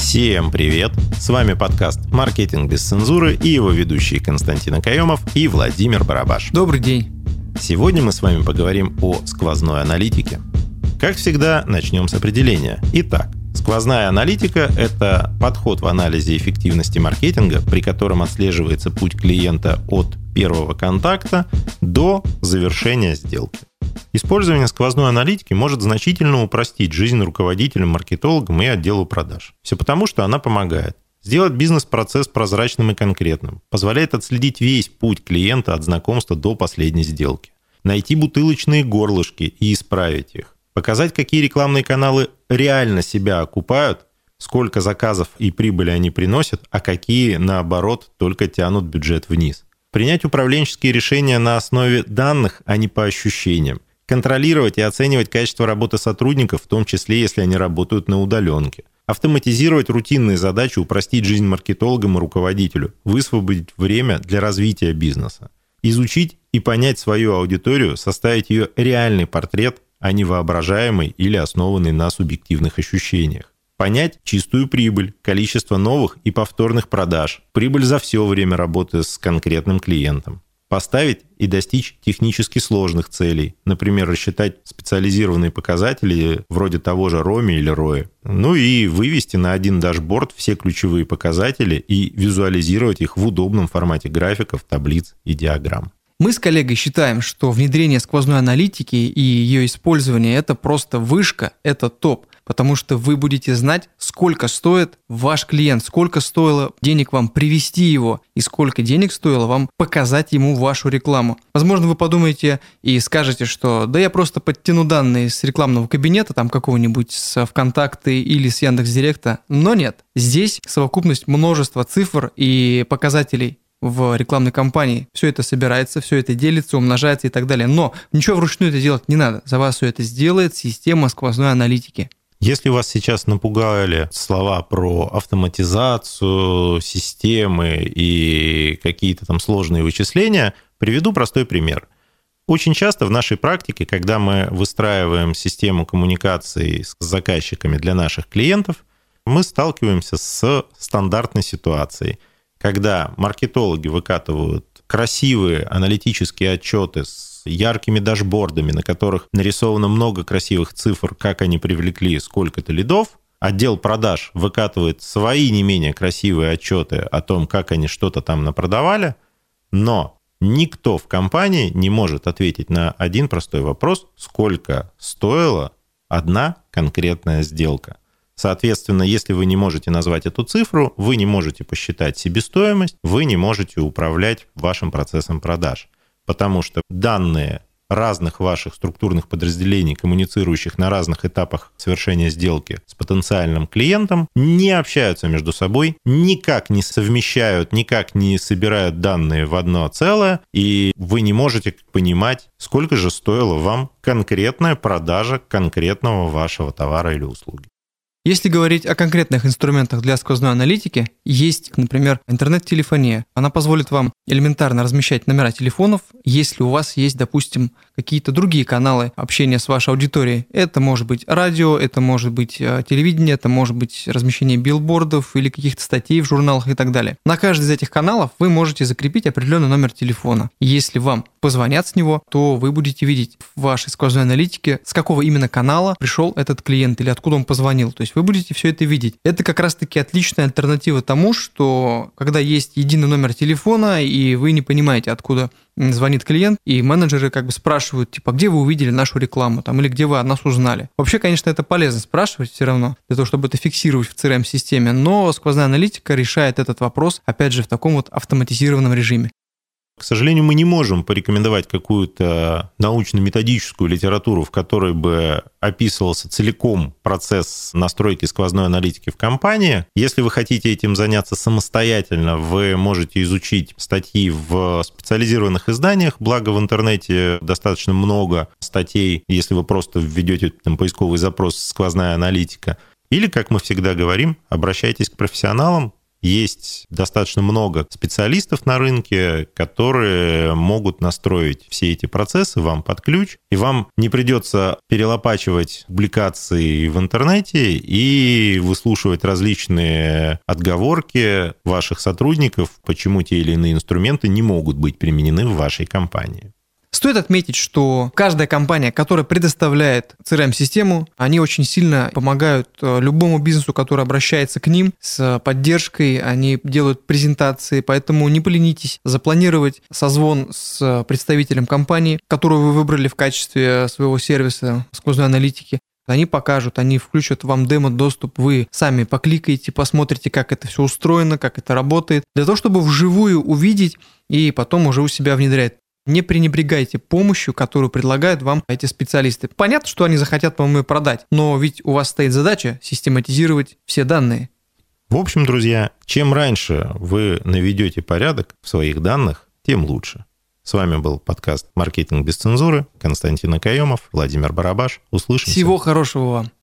Всем привет! С вами подкаст «Маркетинг без цензуры» и его ведущие Константин Акаемов и Владимир Барабаш. Добрый день! Сегодня мы с вами поговорим о сквозной аналитике. Как всегда, начнем с определения. Итак, сквозная аналитика – это подход в анализе эффективности маркетинга, при котором отслеживается путь клиента от первого контакта до завершения сделки. Использование сквозной аналитики может значительно упростить жизнь руководителям, маркетологам и отделу продаж. Все потому, что она помогает сделать бизнес-процесс прозрачным и конкретным, позволяет отследить весь путь клиента от знакомства до последней сделки, найти бутылочные горлышки и исправить их, показать, какие рекламные каналы реально себя окупают, сколько заказов и прибыли они приносят, а какие, наоборот, только тянут бюджет вниз. Принять управленческие решения на основе данных, а не по ощущениям. Контролировать и оценивать качество работы сотрудников, в том числе, если они работают на удаленке. Автоматизировать рутинные задачи, упростить жизнь маркетологам и руководителю, высвободить время для развития бизнеса. Изучить и понять свою аудиторию, составить ее реальный портрет, а не воображаемый или основанный на субъективных ощущениях. Понять чистую прибыль, количество новых и повторных продаж, прибыль за все время работы с конкретным клиентом. Поставить и достичь технически сложных целей, например, рассчитать специализированные показатели вроде того же ROMI или ROI. Ну и вывести на один дашборд все ключевые показатели и визуализировать их в удобном формате графиков, таблиц и диаграмм. Мы с коллегой считаем, что внедрение сквозной аналитики и ее использование – это просто вышка, это топ. Потому что вы будете знать, сколько стоит ваш клиент, сколько стоило денег вам привести его и сколько денег стоило вам показать ему вашу рекламу. Возможно, вы подумаете и скажете, что да я просто подтяну данные с рекламного кабинета, там какого-нибудь с ВКонтакте или с Яндекс.Директа, но нет. Здесь совокупность множества цифр и показателей в рекламной кампании. Все это собирается, все это делится, умножается и так далее. Но ничего вручную это делать не надо. За вас все это сделает система сквозной аналитики. Если вас сейчас напугали слова про автоматизацию, системы и какие-то там сложные вычисления, приведу простой пример. Очень часто в нашей практике, когда мы выстраиваем систему коммуникации с заказчиками для наших клиентов, мы сталкиваемся с стандартной ситуацией, когда маркетологи выкатывают красивые аналитические отчеты с яркими дашбордами, на которых нарисовано много красивых цифр, как они привлекли сколько-то лидов. Отдел продаж выкатывает свои не менее красивые отчеты о том, как они что-то там напродавали, но никто в компании не может ответить на один простой вопрос, сколько стоила одна конкретная сделка. Соответственно, если вы не можете назвать эту цифру, вы не можете посчитать себестоимость, вы не можете управлять вашим процессом продаж. Потому что данные разных ваших структурных подразделений, коммуницирующих на разных этапах совершения сделки с потенциальным клиентом, не общаются между собой, никак не совмещают, никак не собирают данные в одно целое, и вы не можете понимать, сколько же стоила вам конкретная продажа конкретного вашего товара или услуги. Если говорить о конкретных инструментах для сквозной аналитики, есть, например, интернет-телефония. Она позволит вам элементарно размещать номера телефонов, если у вас есть, допустим, какие-то другие каналы общения с вашей аудиторией. Это может быть радио, это может быть телевидение, это может быть размещение билбордов или каких-то статей в журналах и так далее. На каждый из этих каналов вы можете закрепить определенный номер телефона. Если вам позвонят с него, то вы будете видеть в вашей сквозной аналитике, с какого именно канала пришел этот клиент или откуда он позвонил. То есть вы будете все это видеть. Это как раз-таки отличная альтернатива тому, что когда есть единый номер телефона, и вы не понимаете, откуда звонит клиент, и менеджеры как бы спрашивают, типа, где вы увидели нашу рекламу, там, или где вы о нас узнали. Вообще, конечно, это полезно спрашивать все равно, для того, чтобы это фиксировать в CRM-системе, но сквозная аналитика решает этот вопрос, опять же, в таком вот автоматизированном режиме. К сожалению, мы не можем порекомендовать какую-то научно-методическую литературу, в которой бы описывался целиком процесс настройки сквозной аналитики в компании. Если вы хотите этим заняться самостоятельно, вы можете изучить статьи в специализированных изданиях, благо в интернете достаточно много статей, если вы просто введете там поисковый запрос «сквозная аналитика». Или, как мы всегда говорим, обращайтесь к профессионалам, Есть достаточно много специалистов на рынке, которые могут настроить все эти процессы вам под ключ, и вам не придется перелопачивать публикации в интернете и выслушивать различные отговорки ваших сотрудников, почему те или иные инструменты не могут быть применены в вашей компании. Стоит отметить, что каждая компания, которая предоставляет CRM-систему, они очень сильно помогают любому бизнесу, который обращается к ним с поддержкой, они делают презентации, поэтому не поленитесь запланировать созвон с представителем компании, которую вы выбрали в качестве своего сервиса сквозной аналитики. Они покажут, они включат вам демо-доступ, вы сами покликаете, посмотрите, как это все устроено, как это работает, для того, чтобы вживую увидеть и потом уже у себя внедрять. Не пренебрегайте помощью, которую предлагают вам эти специалисты. Понятно, что они захотят вам ее продать, но ведь у вас стоит задача систематизировать все данные. В общем, друзья, чем раньше вы наведете порядок в своих данных, тем лучше. С вами был подкаст «Маркетинг без цензуры». Константин Окаемов, Владимир Барабаш. Услышимся. Всего хорошего вам.